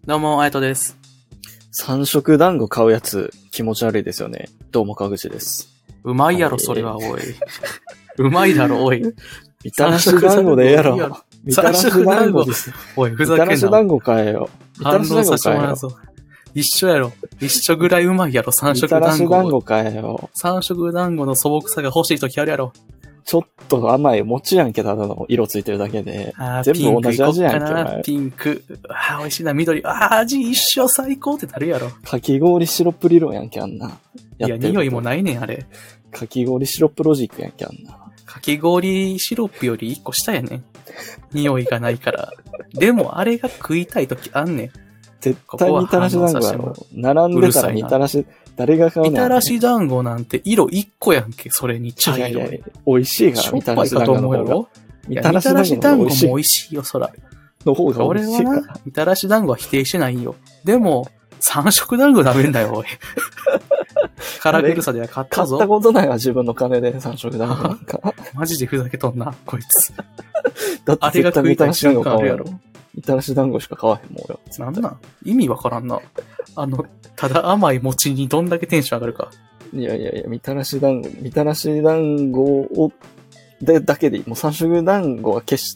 どうも、あやとです。 三色団子買うやつ気持ち悪いですよね。どうも川口です。 うまいやろ、それは、おい。うまいだろ、おい。 みたらし団子でええやろ。みたらし団子です。 おい、ふざけんな。 みたらし団子買えよ。みたらし団子買えよ。 一緒やろ。一緒ぐらいうまいやろ、三色団子。 みたらし団子買えよ。 三色団子の素朴さが欲しいときあるやろ。 ちょっと甘い餅やんけ、ただの色ついてるだけで。全部同じ味やんけ。 ピンク。美味しいな、緑。味一緒最高ってなるやろ。 かき氷シロップ理論やんけ、あんな。 いや、匂いもないねん、あれ。 かき氷シロップロジックやんけ、あんな。 かき氷シロップより一個下やねん。匂いがないから。でも、あれが食いたいときあんねん。 絶対みたらし団子やろ。並んでたらみたらし、誰が買うねん。 みたらし団子なんて色一個やんけ、それに茶色い。 いやいや美味しいから、みたらし団子の方が。 みたらし団子も美味しいよ、そら。 の方が美味しいから。 俺はな、みたらし団子は否定してないよ。でも、三色団子ダメんだよ、おい。カラフルさでは買ったぞ。 買ったことないわ、自分の金で三色団子なんか。 マジでふざけとんな、こいつ。 だって絶対みたらし団子買うやろ。みたらし団子しか買わへんもんよ。 なんなん意味わからんな。ただ甘い餅にどんだけテンション上がるか。 いや、みたらし団子を、だけでいい。もう三色団子は消して、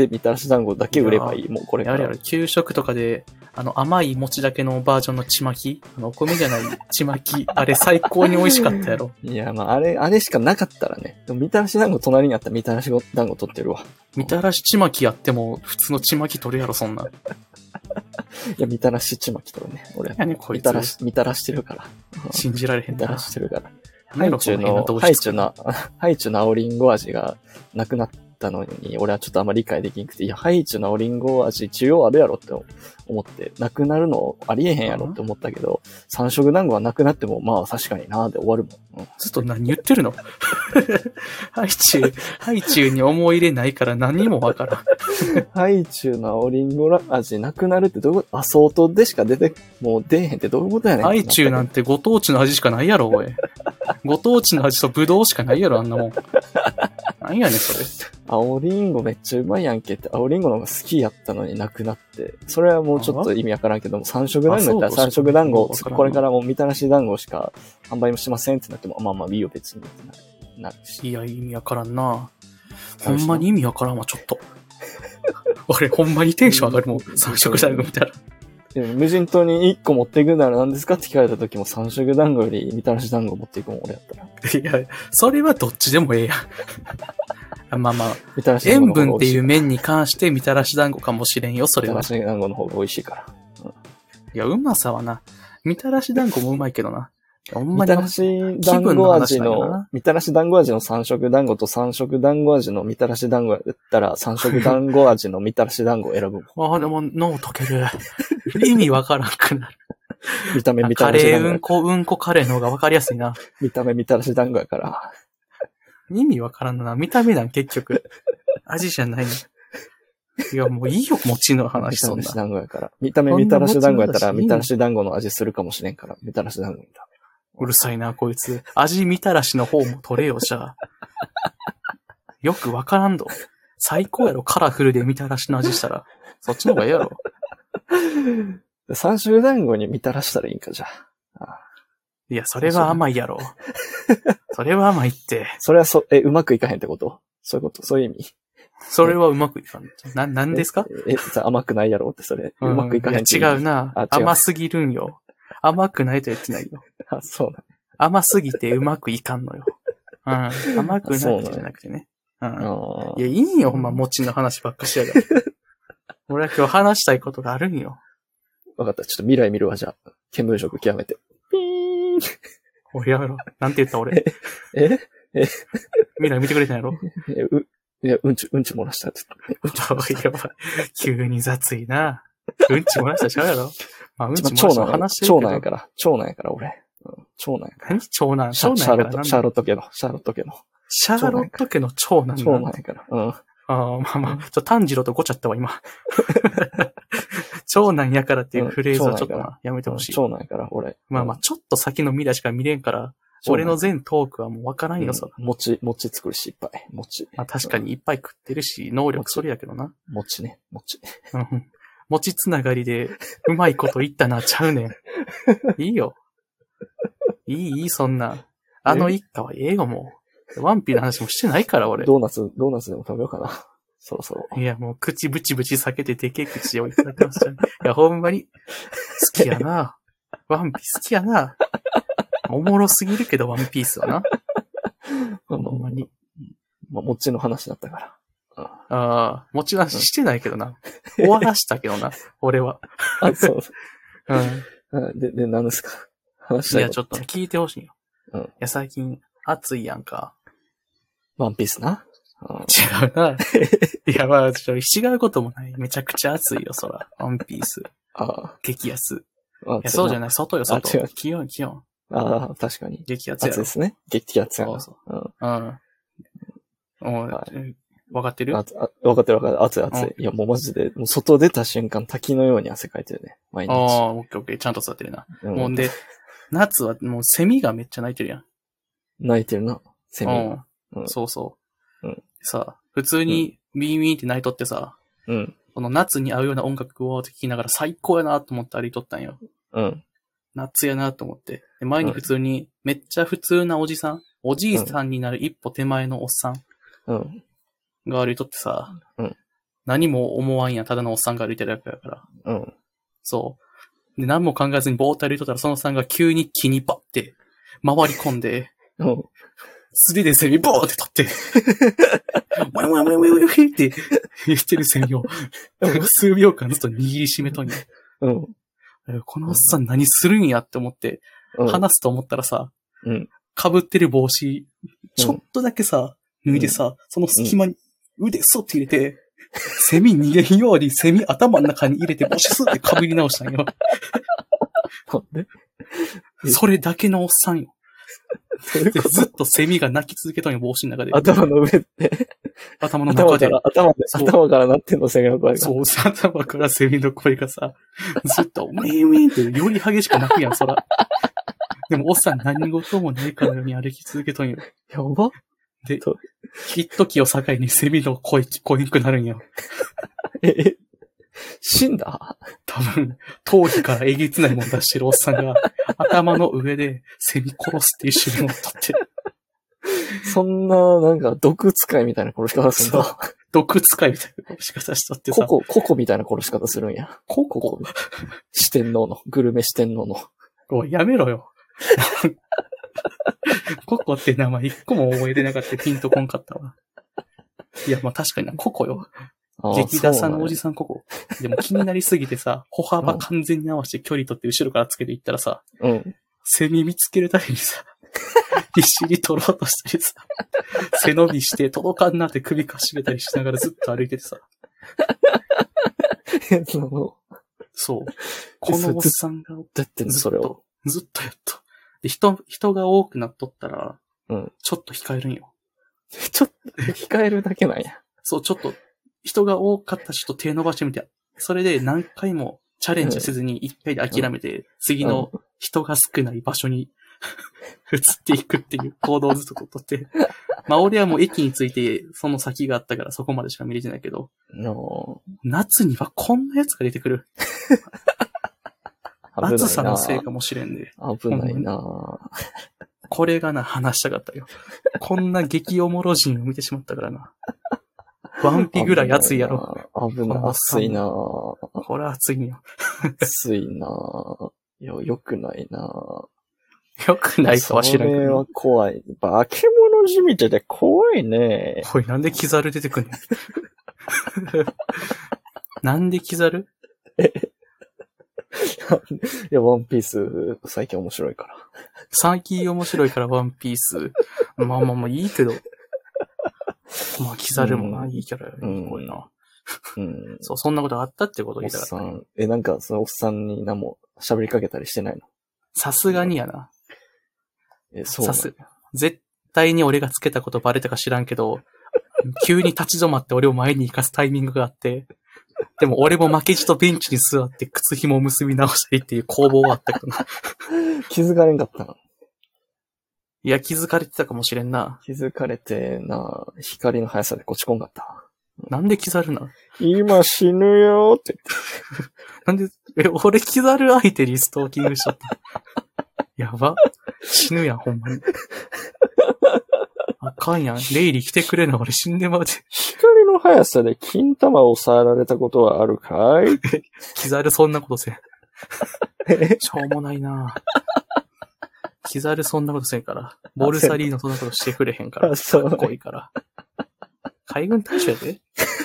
みたらし団子だけ売ればいい。もうこれから。 やる給食とかで、甘い餅だけのバージョンのちまきお米じゃないちまき。あれ最高に美味しかったやろ。 いや、まあ、あれしかなかったらね。でもみたらし団子隣にあったらみたらし団子取ってるわ。 みたらしちまきやっても、普通のちまき取るやろ、そんな。いや、みたらしちまき取るね。俺。 こいつみたらしてるから。 信じられへんな。 みたらしてるから。 ハイチュの青リンゴ味がなくなったのに、俺はちょっとあんまり理解できなくて、いや、ハイチュの青リンゴ味需要あるやろって思って、なくなるのありえへんやろって思ったけど、三色団子はなくなっても、まあ確かになーで終わるもん。 ずっと何言ってるのハイチュウに思い入れないから何もわからん。 ハイチュの青リンゴ味なくなるってどういうこと？アソートでしかもう出えへんってどういうことやねん。 ハイチュウなんてご当地の味しかないやろ、おい。ご当地の味とブドウしかないやろ、あんなもん。何やねん、それ。 青リンゴめっちゃうまいやんけって、青リンゴの方が好きやったのになくなって、それはもうちょっと意味わからんけども、三色団子やったら三色団子、これからもうみたらし団子しか販売もしませんってなっても、まあいいよ別にってなるし。 いや、意味わからんな。ほんまに意味わからんわ、ちょっと。俺、ほんまにテンション上がるもん、三色団子見たら。 でも無人島に1個持っていくなら何ですかって聞かれた時も三色団子よりみたらし団子持っていくもん、俺やったら。いや、それはどっちでもええやん。まあ、塩分っていう面に関してみたらし団子かもしれんよ、それは。 みたらし団子の方が美味しいから。 いや、うまさはな。みたらし団子もうまいけどな。 みたらし団子味の、みたらし団子味の三色団子と三色団子味のみたらし団子やったら三色団子味のみたらし団子を選ぶもん。 ああ、でも脳溶ける。意味わからんくなる。 見た目みたらし団子。 カレーうんこカレーの方がわかりやすいな。 見た目みたらし団子やから。 意味わからんな。見た目なん結局。味じゃないの。いや、もういいよ、餅の話そんな。 みたらし団子やから。見た目みたらし団子やったらみたらし団子の味するかもしれんから。みたらし団子に食べる。 うるさいな、こいつ。味みたらしの方も取れよ、じゃあ。よくわからんど。最高やろ、カラフルでみたらしの味したら。そっちの方がええやろ。 三色団子にみたらしたらいいんか、じゃあ。 いや、それは甘いやろ。それは甘いって。 それはうまくいかへんってこと？そういうこと？そういう意味？ それはうまくいかん。なんですか？ 甘くないやろってそれ。うまくいかへんって違うな。甘すぎるんよ。甘くないと言ってないよ。 あ、そうなん。 甘すぎてうまくいかんのよ。うん。甘くないじゃなくてね。うん。いや、いいよ、ほんま、餅の話ばっかしやがる。俺は今日話したいことがあるんよ。 わかった。ちょっと未来見るわ、じゃあ。煙色極めて。ピーン。 おいやめろ。なんて言った俺。未来見てくれたんやろ？ いや、うんち漏らしたって。 やばい。急に雑いな。うんち漏らしたらちゃうやろ？まあ、うんち漏らしたら話してるけど。 長男やから、俺。長男やから。 何長男？ シャーロット家の。 シャーロット家の長男。 長男やから。うん。 ああ、まあ、炭治郎とごちゃったわ、今。長男やからっていうフレーズはちょっとやめてほしい。 長男やから、俺。 まあ、ちょっと先の未来しか見れんから、俺の全トークはもうわからんよ、そら。 餅作るし、いっぱい。餅。 まあ確かにいっぱい食ってるし、能力それやけどな。 餅ね。 餅つながりでうまいこと言ったな、ちゃうねん。いいよ。いい、そんな。あの一家はええよ、もう。ワンピーの話もしてないから、俺。 ドーナツでも食べようかな。そろそろ。 いや、もう口ブチブチ避けてでけえ口をいただきました、ね。いや、ほんまに、好きやな。ワンピース好きやな。おもろすぎるけど、ワンピースはな。ほんまに。 まあ、餅の話だったから。 ああ、もちろんしてないけどな。終わらしたけどな、俺は。 あ、そう。 うん。 で、何ですか話したいや、ちょっと聞いてほしいよ。 うん。いや、最近、暑いやんか。 ワンピースな。 違うな。いや、まあ、違うこともない。めちゃくちゃ暑いよ、そら。ワンピース。激安。いや、そうじゃない。外よ、外。 違う。 気温。 ああ、確かに。 激アツやろ。 暑いですね。激アツやな。 そう。うん。わかってる？ わかってる。暑い。いや、もうマジで、もう外出た瞬間滝のように汗かいてるね。毎日。 ああ、オッケー。ちゃんと座ってるな。もんで、夏はもうセミがめっちゃ鳴いてるやん。 鳴いてるな。セミが。 そうそう。さ、普通にビービーって鳴いとってさ、この夏に合うような音楽を聴きながら最高やなと思って歩いとったんよ。夏やなと思って。で前に普通に、めっちゃ普通なおじさん、おじいさんになる一歩手前のおっさんが歩いとってさ、何も思わんやん、ただのおっさんが歩いてるだけだから。そう。で、何も考えずにぼーっと歩いとったら、そのおっさんが急に木にバッて回り込んで、素手でセミボーって取って、ワイワイワイワイワイって言ってるセミを、数秒間ずっと握りしめとんや。このおっさん何するんやって思って、話すと思ったらさ、被ってる帽子、ちょっとだけさ、脱いでさ、その隙間に腕そって入れて、セミ逃げんようにセミ頭の中に入れて帽子スって被り直したんよ。それだけのおっさんよ。でずっとセミが鳴き続けたんよ、帽子の中で。 頭の上って。 頭の中で。 頭から鳴ってんの、セミの声が。 そう、頭からセミの声がさ、ずっと、ウィーンウィーンってより激しく鳴くやん、そら。でも、おっさん何事もないかのように歩き続けとんよ。 やばで、一時を境にセミの声聞こえんくなるんよ。 死んだ多分、頭皮からえげつないもん出してるおっさんが、頭の上でセミ殺すっていう手段を取って。 そんな、なんか、毒使いみたいな殺し方するんだ。 毒使いみたいな殺し方しとってさ。 ココみたいな殺し方するんや。ココ四天王の、グルメ四天王の。 おい、やめろよ。ココって名前一個も覚えてなかったピンとこんかったわ。いや、まあ確かにな、ココよ。激ダサのおじさんココ。でも気になりすぎてさ、歩幅完全に合わせて距離取って後ろからつけていったらさ、セミ見つけるためにさ、必死に取ろうとしたりさ、背伸びして届かんなって首かしげたりしながらずっと歩いててさ。そう。このおっさんがずっとやっと。で、人が多くなっとったら、ちょっと控えるんよ。 ちょっと控えるだけなんや。 そう、ちょっと、人が多かった人手伸ばしてみて、それで何回もチャレンジせずに一回で諦めて、次の人が少ない場所に移っていくっていう行動をずっととって。まあ俺はもう駅に着いてその先があったからそこまでしか見れてないけど、夏にはこんなやつが出てくる。暑さのせいかもしれんで。 危ないなこれがな、話したかったよ。こんな激おもろ人を見てしまったからな。ワンピぐらい暑いやろ。 危ない。暑いなこれ暑いんよ。 暑いなよくないなよくないかは知らんけど。 それは怖い。化け物じみてて怖いね。 おい、なんでキザル出てくんねん。なんでキザル？ いや、ワンピース、最近面白いから。 最近面白いからワンピース。まあいいけど。まあ、キザルもな、いいキャラやね。こういうな。そう、そんなことがあったってことを言いたかった。 おっさん。なんか、そのおっさんに何も喋りかけたりしてないの？ さすがにやな。 そう。 絶対に俺がつけたことバレたか知らんけど、急に立ち止まって俺を前に行かすタイミングがあって、でも俺も負けじとベンチに座って靴紐を結び直したりっていう攻防があったけどな。 気づかれんかったの？ いや、気づかれてたかもしれんな。 気づかれてな、光の速さでこっちこんかった。 なんでキザルなの？ 今死ぬよって言って。なんで、俺キザル相手にストーキングしちゃった。やば。死ぬやん、ほんまに。あかんやん。レイリー来てくれな、俺死んでまうで。 光の速さで金玉を触られたことはあるかい？ キザルそんなことせん。しょうもないな。キザルそんなことせんから。ボルサリーノそんなことしてくれへんから。かっこいいから。海軍大将やで。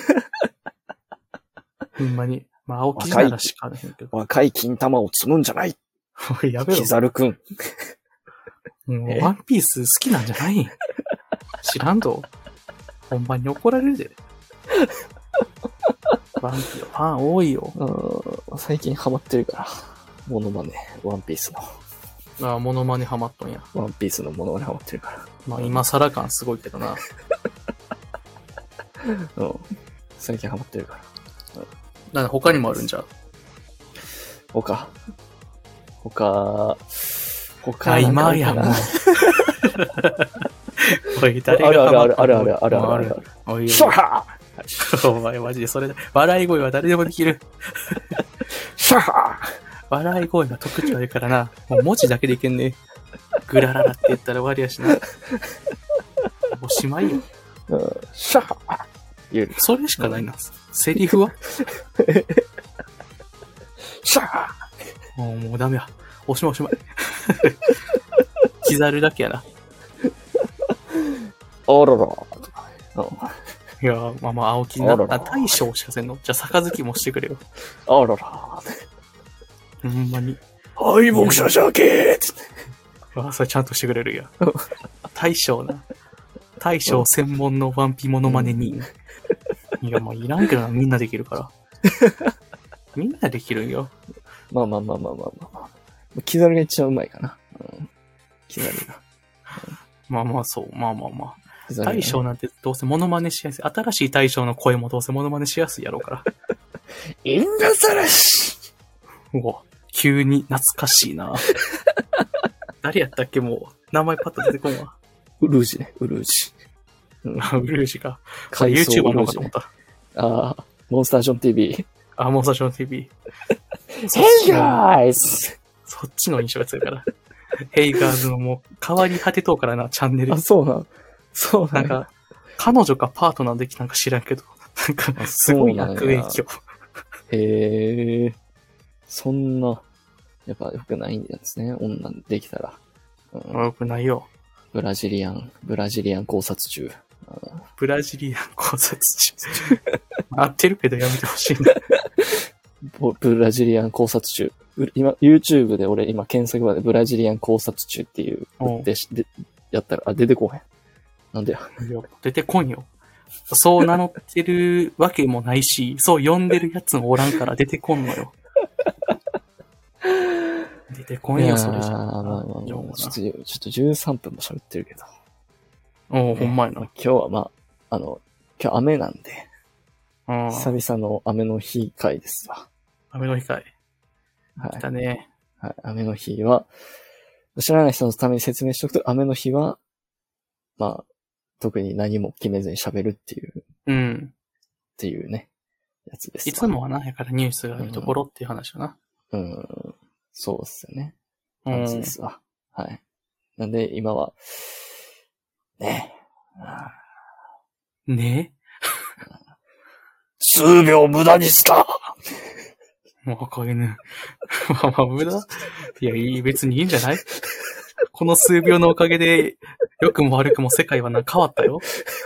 ほんまに。まあ、青木ならしかねへんけど。 若い金玉を積むんじゃない。 おい、やめろ。 キザルくん。 もうワンピース好きなんじゃないん？知らんと。本番に怒られるで。ワンピースファン多いよ。 最近ハマってるから。モノマネ、ワンピースの。 ああ、モノマネハマっとんや。 ワンピースのモノマネハマってるから。 まあ今更感すごいけどな。 うん。最近ハマってるから。 だから他にもあるんじゃ。 他今やもう。おい、誰がハマったある。 おい、 シャハーお前マジでそれだ。笑い声は誰でもできる。 シャハ笑い声が特徴あるからな。もう文字だけでいけんね。グラララって言ったら終わりやしな。おしまいよ。 シャハそれしかないな。セリフはシャハもうダメや。おしまい。キザルだけやな。 あらら。 いや、まあ、青木な。大将しかせんの？じゃあ、杯もしてくれよ。 あらら。 ほんまに。 敗北者じゃけーそれちゃんとしてくれるや。大将な。大将専門のワンピモノマネに。いや、もういらんけどな、みんなできるから。みんなできるんよ。 まあ。キザルが一番うまいかな。キザルが。 まあ、そう。まあ。大将なんてどうせモノマネしやすい。新しい大将の声もどうせモノマネしやすいやろうから。 インダサラシうわ、急に懐かしいな。誰やったっけもう。名前パッと出てこんわ。 ウルージね、ウルージ。 ウルージか。YouTuber の方かと思った。 ああ、モンスターション TV。 モンスターション TV。 Hey guys! そっちの印象が強いから。ヘイガーズのもう変わり果てとうからな、チャンネル。 あ、そうなんか、彼女かパートナーできたんか知らんけど、なんか、すごい悪影響。 へえ、そんな、やっぱ良くないんですね、女できたら。 良くないよ。 ブラジリアン考察中。 ブラジリアン考察中。合ってるけどやめてほしいな。 ブラジリアン考察中。今、YouTube で俺今検索までブラジリアン考察中っていうでやったら、出てこへん。なんでや。 出てこんよ。そう名乗ってるわけもないし、そう呼んでるやつもおらんから出てこんのよ。出てこんよ、それじゃ。 まあ、ちょっと13分も喋ってるけど。 ほんまやな。 今日は今日雨なんで、久々の雨の日会ですわ。 雨の日会。 はい。 来たね。 はい。雨の日は、知らない人のために説明しておくと、雨の日は、まあ、特に何も決めずに喋るっていう。っていうね、やつです。 いつもはな、やからニュースがあるところっていう話よな。 そうっすよね。感じですわ。はい。なんで、今は、ね。数秒無駄にした。 もう赤いね。まあ無駄？いや、別にいいんじゃない？この数秒のおかげで、良くも悪くも世界は変わったよ。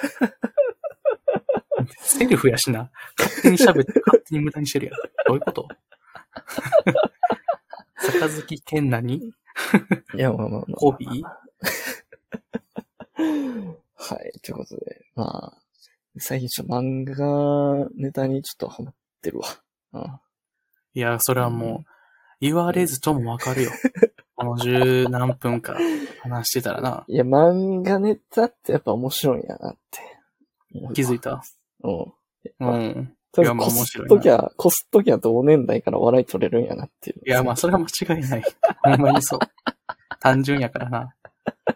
セルフやしな。勝手に喋って勝手に無駄にしてるやん。どういうこと？杯剣何？ いや、まあ。 コビー？ はい、ということで、まあ、最近ちょっと漫画ネタにちょっとハマってるわ。 いや、それはもう、言われずともわかるよ。この十何分か話してたらな。 いや、漫画ネタってやっぱ面白いんやなって。 気づいた？ いや、まあ面白いな。こすっときゃ同年代から笑い取れるんやなっていう。 いや、まあそれは間違いない。ほんまにそう。単純やからな。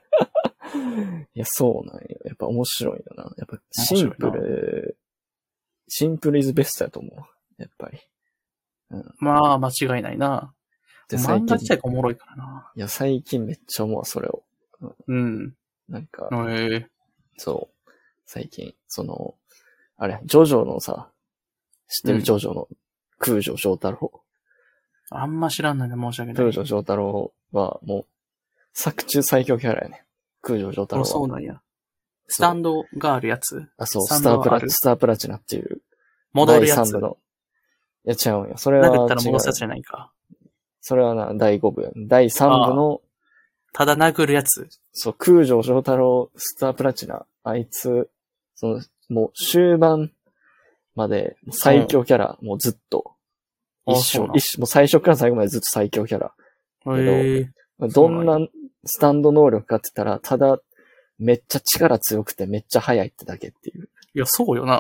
いや、そうなんよ。やっぱ面白いよな。やっぱシンプルシンプルイズベストやと思う。やっぱり。 うん、まあ、間違いないな。で漫画自体がおもろいからな。 いや、最近めっちゃ思うわ、それを。 うん。 なんか、そう。最近、あれ、ジョジョのさ、知ってるジョジョの空城城太郎。 あんま知らんので申し訳ない。 空城城太郎はもう、作中最強キャラやね。空城城太郎は。 そうなんや。スタンドがあるやつ。 あ、そう、スタープラチナっていう。 戻るやつ。 第3部の。いや、違うんよ。それは違う。 殴ったら戻すやつじゃないか。 それはな、第5部や。第3部の。 ただ殴るやつ。 そう、空城城太郎、スタープラチナ。あいつ、もう終盤まで最強キャラ、もうずっと。もう最初から最後までずっと最強キャラ。けど、どんなスタンド能力かって言ったら、ただ、めっちゃ力強くてめっちゃ速いってだけっていう。 いや、そうよな。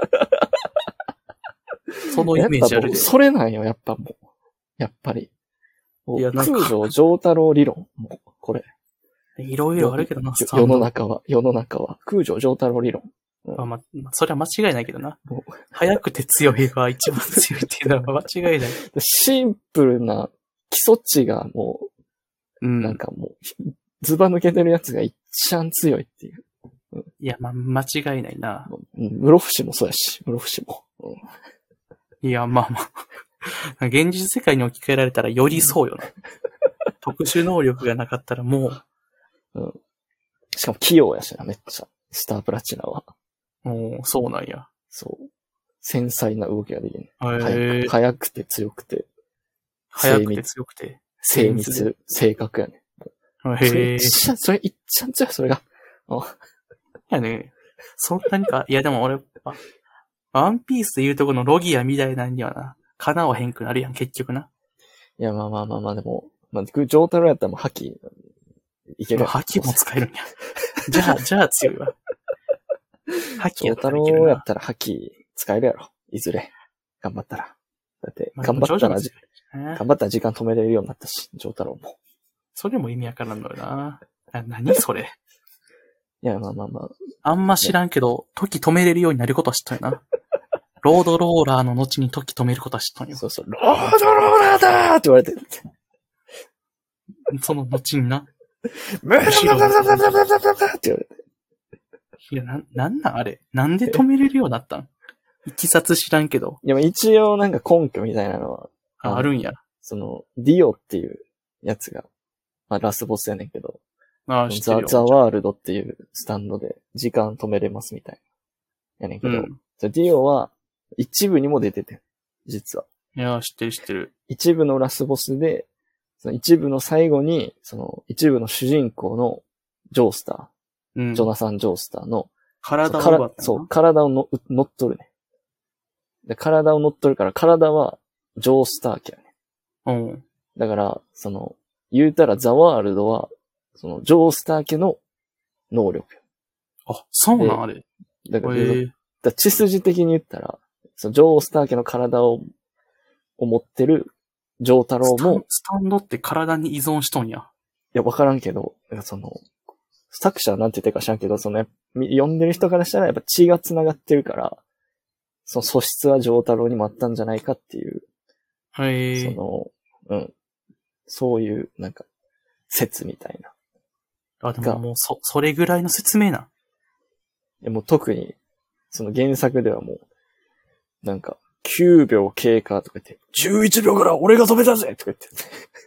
そのイメージあるで。 それなんよ、やっぱもう。やっぱり。いや、空城城太郎理論。もう、これ。 いろいろあるけどな、 世の中は。空城城太郎理論。 まあ、それは間違いないけどな。速くて強いが一番強いっていうのは間違いない。 シンプルな基礎値がもう、なんかもう、ズバ抜けてるやつが一番強いっていう。 いや、間違いないな。 室伏もそうやし、室伏も。 いや、まあまあ。現実世界に置き換えられたらよりそうよな。特殊能力がなかったらもう。しかも器用やしな、めっちゃ。スタープラチナは。 そうなんや。 そう。繊細な動きができる。速くて強くて。 速くて強くて。 精密、正確やね。それいっちゃん強い、それが。 いやね、そんなにか。いやでも俺、ワンピースで言うとこのロギアみたいなんにはな、叶わへんくなるやん、結局な。 いや、まあでも、上太郎やったらもう覇気、いける。 覇気も使えるんや。じゃあ強いわ。 覇気上太郎やったら覇気使えるやろ。いずれ。頑張ったら。だって、頑張ったら時間止めれるようになったし、上太郎も。 それも意味わからんのよな。何それ。 いや、まあ。 あんま知らんけど、時止めれるようになることは知ったよな。ロードローラーの後に時止めることは知ったんよ。 そう。ロードローラーだーって言われて。 その後にな。 ムーって言われて。 いや、なんあれ。なんで止めれるようになったん？いきさつ知らんけど。 いや、一応なんか根拠みたいなのは。 あるんや。 ディオっていうやつが、ラスボスやねんけど。 知ってるよ。 ザワールドっていうスタンドで時間止めれますみたいな。やねんけど。ディオは一部にも出てて。実は。 いや、知ってる。 一部のラスボスで、その一部の最後に、一部の主人公のジョースター。ジョナサン・ジョースターの、 体を奪ったそう、体を乗っ取るね。で、体を乗っ取るから、体はジョースター家やね。だから、言うたらザワールドは、ジョースター家の能力。 あ、そうなんあれ。 だから、血筋的に言ったら、ジョースター家の体を持ってるジョー太郎も。 スタンドって体に依存しとんや。 いや、わからんけど、作者はなんて言ってるか知らんけど、読んでる人からしたらやっぱ血が繋がってるから、素質はジョー太郎にもあったんじゃないかっていう。そういう、なんか、説みたいな。 あ、でももうそれぐらいの説明な。 いや、もう特に、原作ではもう、なんか、9秒経過とか言って、11秒から俺が止めたぜとか言って。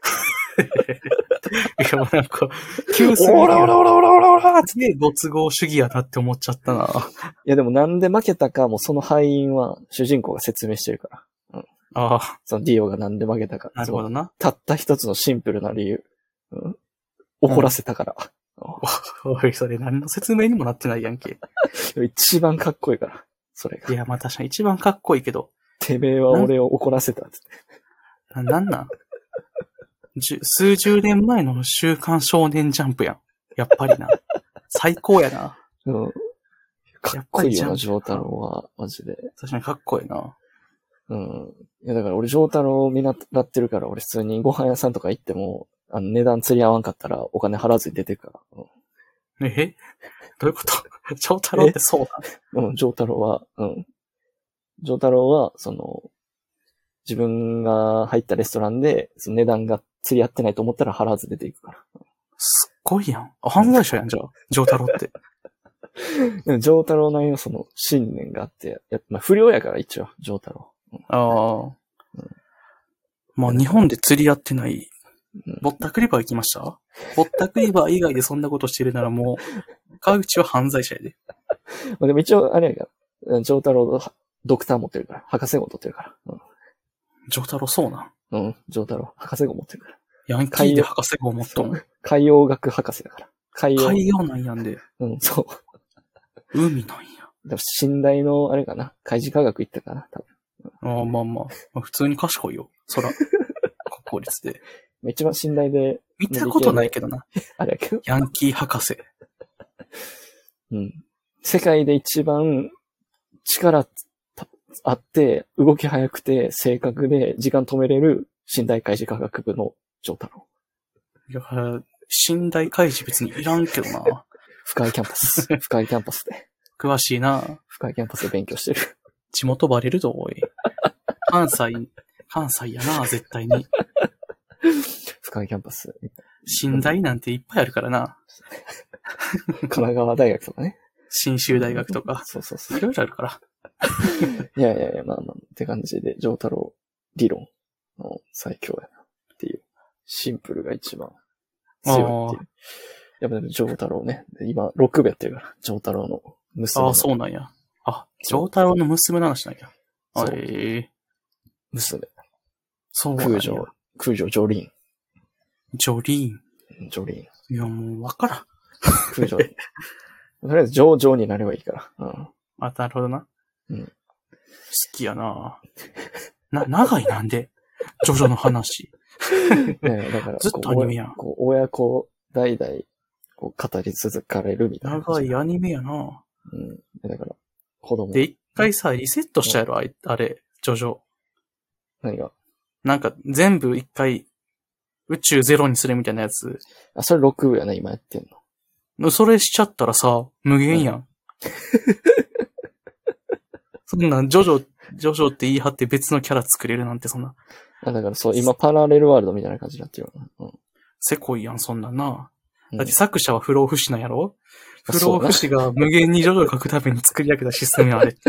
いや、もうなんか、急すぎる。オラすげえご都合主義やなって思っちゃったな。 いや、でもなんで負けたかもその敗因は主人公が説明してるから。 ああ。 ディオがなんで負けたか。 なるほどな。 たった一つのシンプルな理由。怒らせたから。 おい、それ何の説明にもなってないやんけ。 一番かっこいいから、それが。 いや、まあ確かに一番かっこいいけど。 てめえは俺を怒らせたって。 なん数十年前の週刊少年ジャンプやん。やっぱりな。最高やな。 かっこいいよな、ジョー太郎は、マジで。 確かにかっこいいな。 いや、だから俺、ジョー太郎見習ってるから、俺普通にご飯屋さんとか行っても、値段釣り合わんかったらお金払わずに出てくから。 どういうこと？ジョー太郎ってそうなの？ジョー太郎は、 ジョータロは、自分が入ったレストランで、その値段が釣り合ってないと思ったら払わず出ていくから。 すっごいやん。犯罪者やん、じゃあ。ジョータロって。 でもジョータロなりの信念があって、不良やから一応、ジョータロ。 ああ。まあ日本で釣り合ってない、ぼったくりバー行きました？ぼったくりバー以外でそんなことしてるならもう、川口は犯罪者やで。 まあでも一応、あれやから、ジョータロドクター持ってるから、博士号取ってるから。 ジョータロそうなん？ ジョータロ博士号持ってるから。 ヤンキーで博士号持っとん。 海洋学博士だから。 海洋なんやんで。 そう。 海なんや。 でも寝台の、あれかな、海事科学行ったかな、多分。まあ、普通に賢いよ。そら。国公立で。 一番寝台で。 見たことないけどな。 あれやけど。 ヤンキー博士。 世界で一番力あって、動き早くて、正確で、時間止めれる寝台海事科学部のジョータロ。 いや、寝台海事別にいらんけどな。 深いキャンパス。深いキャンパスで。 詳しいな。 深いキャンパスで勉強してる。 地元バレるぞ、おい。関西やな、絶対に。 深いキャンパス。 寝台なんていっぱいあるからな。 神奈川大学とかね。 信州大学とか。 そう。 いろいろあるから。 いや、まあ、って感じで、ジョータロ理論の最強やなっていう。シンプルが一番強いっていう。やっぱジョータロね。今、6部やってるから、ジョータロの娘の。 そうなんや。ジョータロの娘の話なんや。 娘。 そうなんや。 空女ジョリーン。 ジョリーン。 いや、もうわからん。 空女。とりあえず、ジョーになればいいから。 なるほどな。 好きやな。長いなんで。ジョジョの話。 だから、 ずっとアニメやん。 親子代々、語り続かれるみたいな。 長いアニメやな。 だから、子供。 で、一回さ、リセットしたやろ、あれ、ジョジョ。 何が？ なんか、全部一回、宇宙ゼロにするみたいなやつ。 それ6部やな、今やってんの。それしちゃったらさ、無限やん。そんなん、ジョジョって言い張って別のキャラ作れるなんてそんな。 だからそう、今パラレルワールドみたいな感じになってるよ。 せこいやん、そんなんな。だって作者は不老不死なんやろ？不老不死が無限にジョジョを書くために作り上げたシステムやあれ。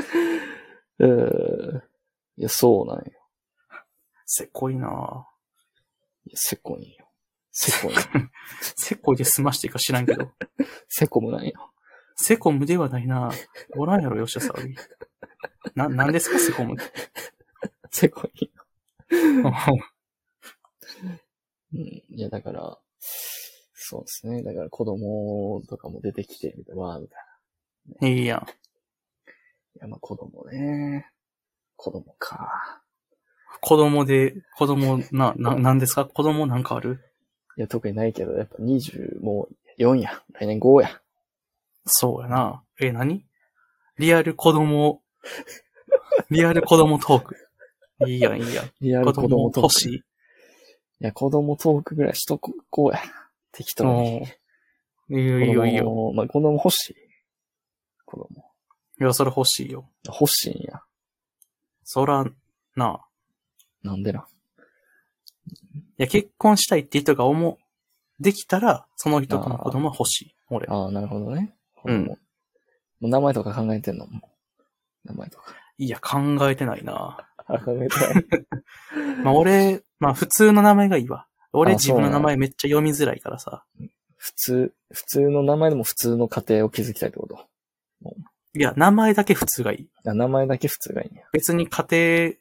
いや、そうなんよ。 せこいな。 せこいよ。せこいで済ましていいか知らんけど。 せこむなんよ。 セコムではないな。おらんやろ、吉田沙織。なんですか、セコム。 せこいよ。いや、だから、そうですね。だから子供とかも出てきてみたいな。 いいやん。 いや、まあ子供ね。子供か。 子供、なんですか？子供なんかある？ いや、特にないけど、やっぱ20、もう4や。来年5や。 そうやな。何？リアル子供トーク。いいやん。 リアル子供トーク。 欲しい。 いや、子供トークぐらいしとこうや。適当に。 いいよ。 まあ、子供欲しい。子供。 いや、それ欲しいよ。 欲しいんや。 そら、な。 なんでな。 いや、結婚したいって人ができたら、その人との子供は欲しい。俺。 なるほどね。もう名前とか考えてんの？名前とか。 いや、考えてないな。 考えてない。 まあ普通の名前がいいわ。俺自分の名前めっちゃ読みづらいからさ。 普通の名前でも普通の家庭を築きたいってこと？ いや、名前だけ普通がいい。 名前だけ普通がいいんや。 別に家庭、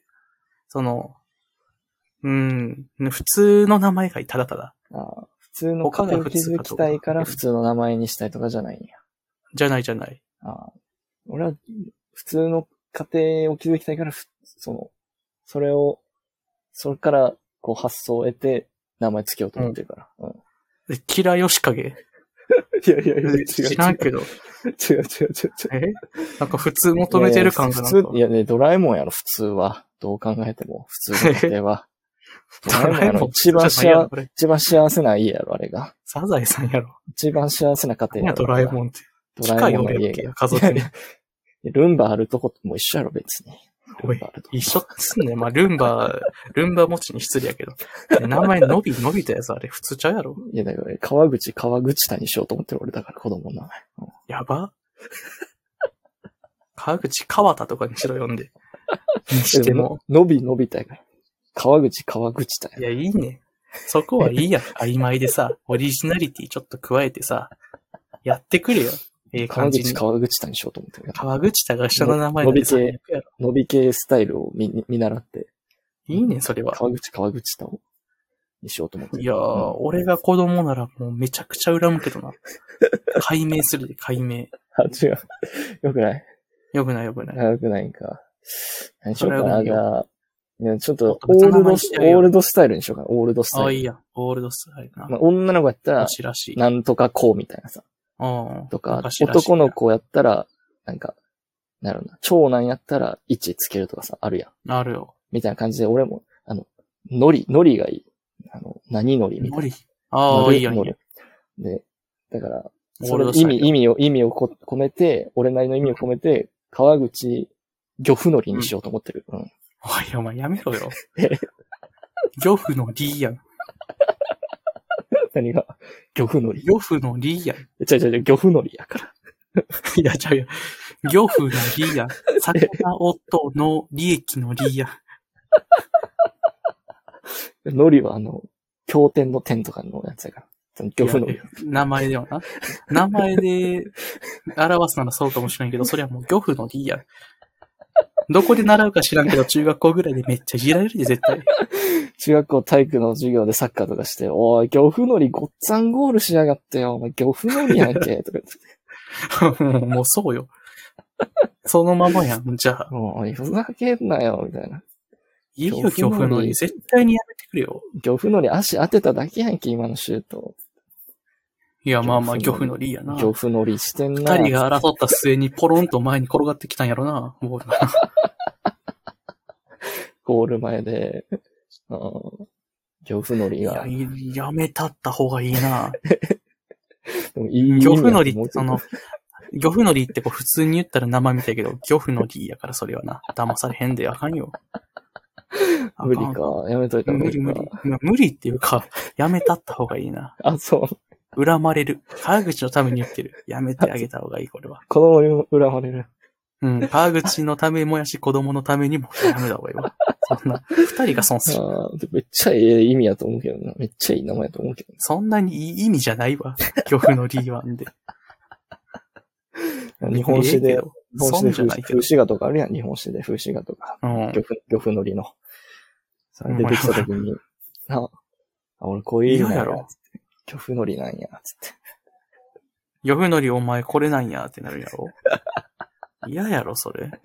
普通の名前がいい、ただただ。 普通の家庭を築きたいから普通の名前にしたいとかじゃないんや。 じゃない。 俺は普通の家庭を築きたいから、それからこう発想を得て名前つけようと思ってるから。 キラヨシカゲ。 いや、違う。 知らんけど。 違う。 なんか普通求めてる感がなんか。 いやね、ドラえもんやろ、普通は。どう考えても、普通の家庭は。ドラえもんやろ、一番幸せな家やろ、あれが。 サザエさんやろ。 一番幸せな家庭やろ。 ドラえもんって。 ドラえもんの家が。 家族に。 ルンバあるとこも一緒やろ、別に。 おい、一緒すんねん。まあ、ルンバ持ちに失礼やけど。名前伸びたやつあれ、普通ちゃうやろ。 いや、だから、川口田にしようと思ってる俺だから子供の名前。 やば川口川田とかにしろ読んで。にしても。 伸びたやから。川口田や。 いや、いいね。そこはいいや。曖昧でさ、オリジナリティちょっと加えてさ、やってくれよ。感じに。 川口田にしようと思ってる。 川口田が下の名前で伸び系スタイルを見習って。 いいね、それは。 川口田をにしようと思ってる。 いやー、俺が子供ならもうめちゃくちゃ恨むけどな。解明するで、解明。 あ、違う。よくない。 よくないんか。何しようかな、じゃあ。いや、ちょっと、オールドスタイルにしようかな。オールドスタイル。 あ、いいや。オールドスタイルな。 まあ、女の子やったら、なんとかこうみたいなさ。とか、男の子やったら、なんか、なるな。長男やったら、位置つけるとかさ、あるやん。 あるよ。 みたいな感じで、俺も、ノリがいい。何ノリみたいな。 ノリ。ああ、いいやん。 で、だから、それ意味を込めて、俺なりの意味を込めて、川口、漁夫ノリにしようと思ってる。うん。 おい、お前やめろよ。漁夫のリやん。 何が漁夫ノリ。 漁夫のリやん。 漁夫ノリやから。 いや、ちゃうよ。漁夫のリやん。魚夫の利益のリやん。 ノリは経典の点とかのやつやから。漁夫ノリ。 名前ではな。名前で表すならそうかもしれんけど、それはもう漁夫のリやん。どこで習うか知らんけど、中学校ぐらいでめっちゃいじられるで、絶対。 中学校体育の授業でサッカーとかして、おい、漁夫ノリごっつぁんゴールしやがってよ、お前漁夫ノリやんけ、とか言って。 もうそうよ。そのままやん、じゃあ。 もう、ふざけんなよ、みたいな。 いいよ、漁夫ノリ。絶対にやめてくれよ。 漁夫ノリ足当てただけやんけ、今のシュート。 いや、まあまあ、漁夫ノリやな。 漁夫ノリしてんな。 二人が争った末にポロンと前に転がってきたんやろな、ボールが。 ゴール前で、漁夫ノリが。 やめたった方がいいな。 いい漁夫ノリって、漁夫ノリってこう普通に言ったら名前みたいけど、漁夫ノリやからそれはな。騙されへんであかんよ。 無理か。やめといた方がいい。 無理っていうか、やめたった方がいいな。 あ、そう。 恨まれる。川口のために言ってる。やめてあげた方がいい、これは。 子供にも恨まれる。 うん。川口のためもやし、子供のためにもやめた方がいいわ。そんな、二人が損する。 めっちゃいい意味やと思うけどな。めっちゃいい名前やと思うけど。 そんなにいい意味じゃないわ。漁夫のリーワンで。 日本史で、 損じゃないけど。 風刺画とかあるやん、日本史で風刺画とか。漁夫のりの。出てきたときに、俺こういう意味やろ。漁夫のりなんや、つって。 漁夫のりお前これなんや、ってなるやろ。嫌やろ、それ。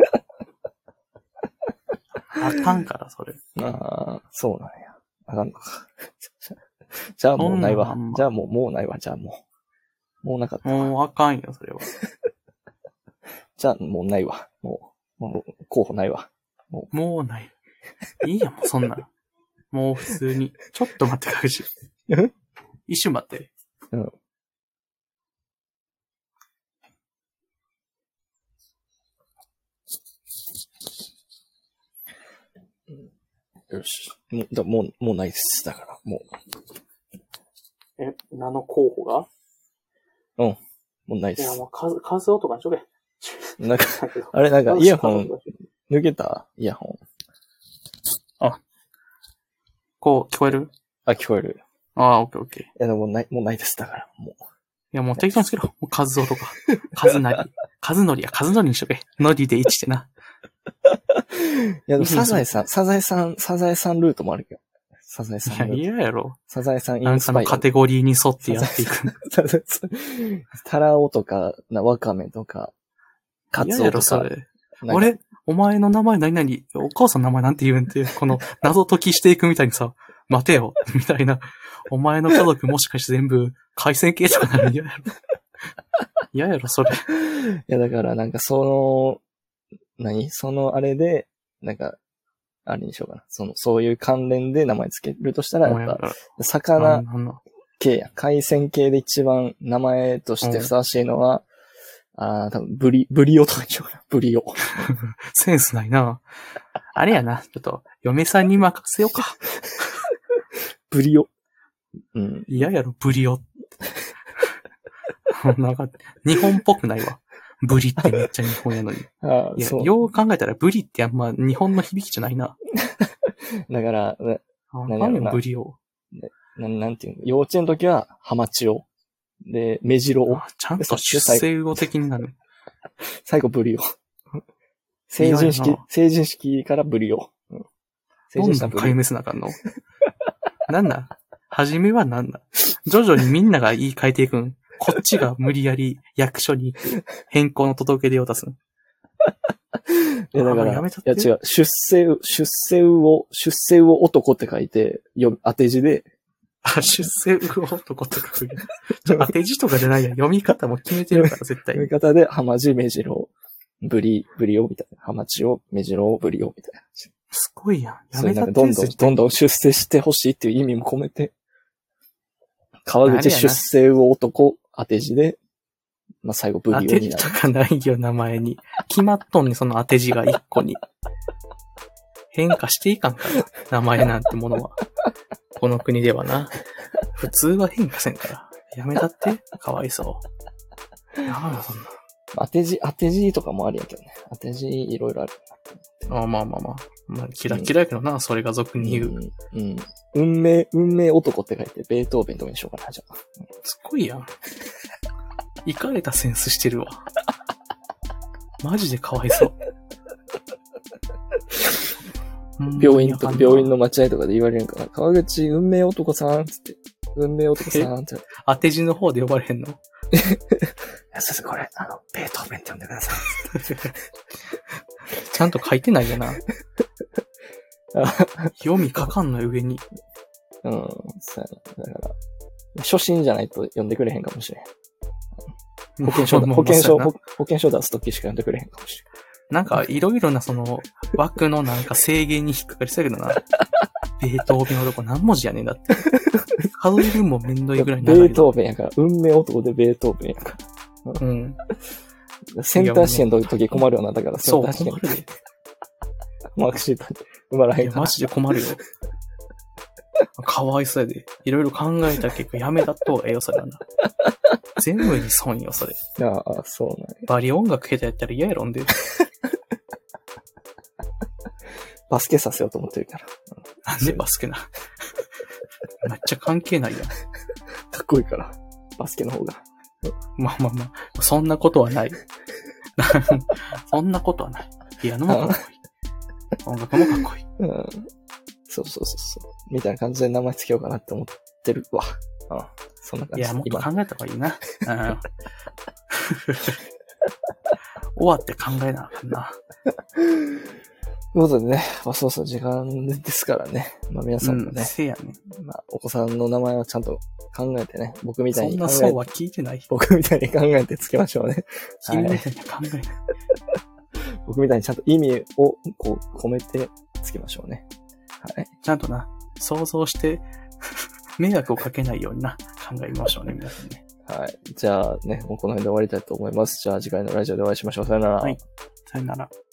あかんから、それ。 ああ、そうなんや。あかんのか。じゃあもうないわ。じゃあもうないわ。じゃあもうなかった。 もうあかんよ、それは。 じゃあもうないわ。もう候補ないわ。 もうない。いいや、もうそんな。もう普通に。ちょっと待って、かし。一瞬待って。 うん。よし。もうないです。だから、もう。何の候補が？ うん。もうないです。 いや、もう数音とかにしとけ。 なんか、あれ、なんかイヤホン、抜けたイヤホン。 あ。こう、聞こえる？ あ、聞こえる。 ああ、オッケーオッケー。いや、でももうないです。だから、もう。いや、もう適当につけろ。もう数音とか。数なりにしとけ。のりで1ってな。 いや、でもサザエさんルートもあるけど。サザエさん。 いや、嫌やろ。 サザエさんインスパイア。カテゴリーに沿ってやっていく。 タラオとか、ワカメとか、カツオとか。 嫌やろ、それ。俺、お前の名前何々、お母さんの名前なんて言うんって、この謎解きしていくみたいにさ、待てよ、みたいな。お前の家族もしかして全部、海鮮系とかなるの嫌やろ。嫌やろ、それ。いや、だからなんかそのあれで、なんか、あれにしようかな。そういう関連で名前つけるとしたら、やっぱ、魚系や、海鮮系で一番名前としてふさわしいのは、多分ブリオとかにしようかな。ブリオ。 センスないな。 あれやな、ちょっと、嫁さんに任せようか。 ブリオ。 うん。嫌やろ、ブリオ。なんか、日本っぽくないわ。ブリってめっちゃ日本やのに。いや、よう考えたらブリってあんま日本の響きじゃないな。 だから、 何よ、ブリオ。 なんていうの、幼稚園の時は、ハマチオ。で、メジロを。 ちゃんと出世魚的になる。 最後、ブリオ。成人式からブリオ。 どんどん壊滅なあかんのなんなん初めはなんなん徐々にみんなが言い換えていくん。こっちが無理やり役所に変更の届け出を出すん。 いや、だから、いや違う、出世魚男って書いて、当て字で、 出世魚男って書いて。当て字とかじゃないや。読み方も決めてるから、絶対。 読み方で、ハマジメジロ、ブリオみたいな。ハマチオ、メジロ、ブリオみたいな。 すごいやん。 やめたってどんどん出世してほしいっていう意味も込めて、川口出世魚男当て字で、まあ、最後ブリオになる。 当て字とかないよ、名前に。決まっとんね、その当て字が一個に。変化していかんから、名前なんてものは。この国ではな。普通は変化せんから。やめたってかわいそう。なんだそんな。 当て字とかもあるやけどね。当て字いろいろある。 まあ。まあ、キラキラやけどな、それが俗に言う。 うん。運命男って書いて、ベートーベンとかにしようかな、じゃあ。 すごいやん。イカれたセンスしてるわ。マジでかわいそう。 病院の待合とかで言われるんかな。川口運命男さんつって。運命男さんって。 当て字の方で呼ばれへんの先生これ、ベートーベンって呼んでください。 ちゃんと書いてないよな。読み書かんの上に。 そうやな。だから、初心じゃないと呼んでくれへんかもしれん。保険証出すときしか呼んでくれへんかもしれん。 なんか、いろいろなその、枠のなんか制限に引っかかりそうやけどな。ベートーベン男何文字やねんだって。数えるもめんどいぐらい長い。 ベートーベンやから、運命男でベートーベンやから。うん。センター試験の時困るよな、だからセンター試験。そう、困るで。マークシートに埋まらへんから。 マジで困るよ。かわいそうやで。いろいろ考えた結果、やめたった方がええよ、それはな。全部に損よ、それ。 ああ、そうなんや。 バリ音楽下手やったら嫌やろんで。 バスケさせようと思ってるから。 なんでバスケな。めっちゃ関係ないやん。かっこいいから。バスケの方が。 まあ。そんなことはない。そんなことはない。ピアノもかっこいい。音楽もかっこいい。 うん。そう。みたいな感じで名前つけようかなって思ってるわ。うん。そんな感じ。 いや、もっと考えた方がいいな。終わって考えなあかんな。 ということでね、まあそう時間ですからね。まあ皆さんもね。 せやね。 まあお子さんの名前はちゃんと考えてね。僕みたいに考えて。そんなそうは聞いてない。 僕みたいに考えてつけましょうね。 君みたいに考えない。 僕みたいにちゃんと意味をこう込めてつけましょうね。はい。 ちゃんとな、想像して、迷惑をかけないようにな、考えましょうね、皆さんね。 はい。じゃあね、もうこの辺で終わりたいと思います。じゃあ次回のラジオでお会いしましょう。さよなら。 はい。さよなら。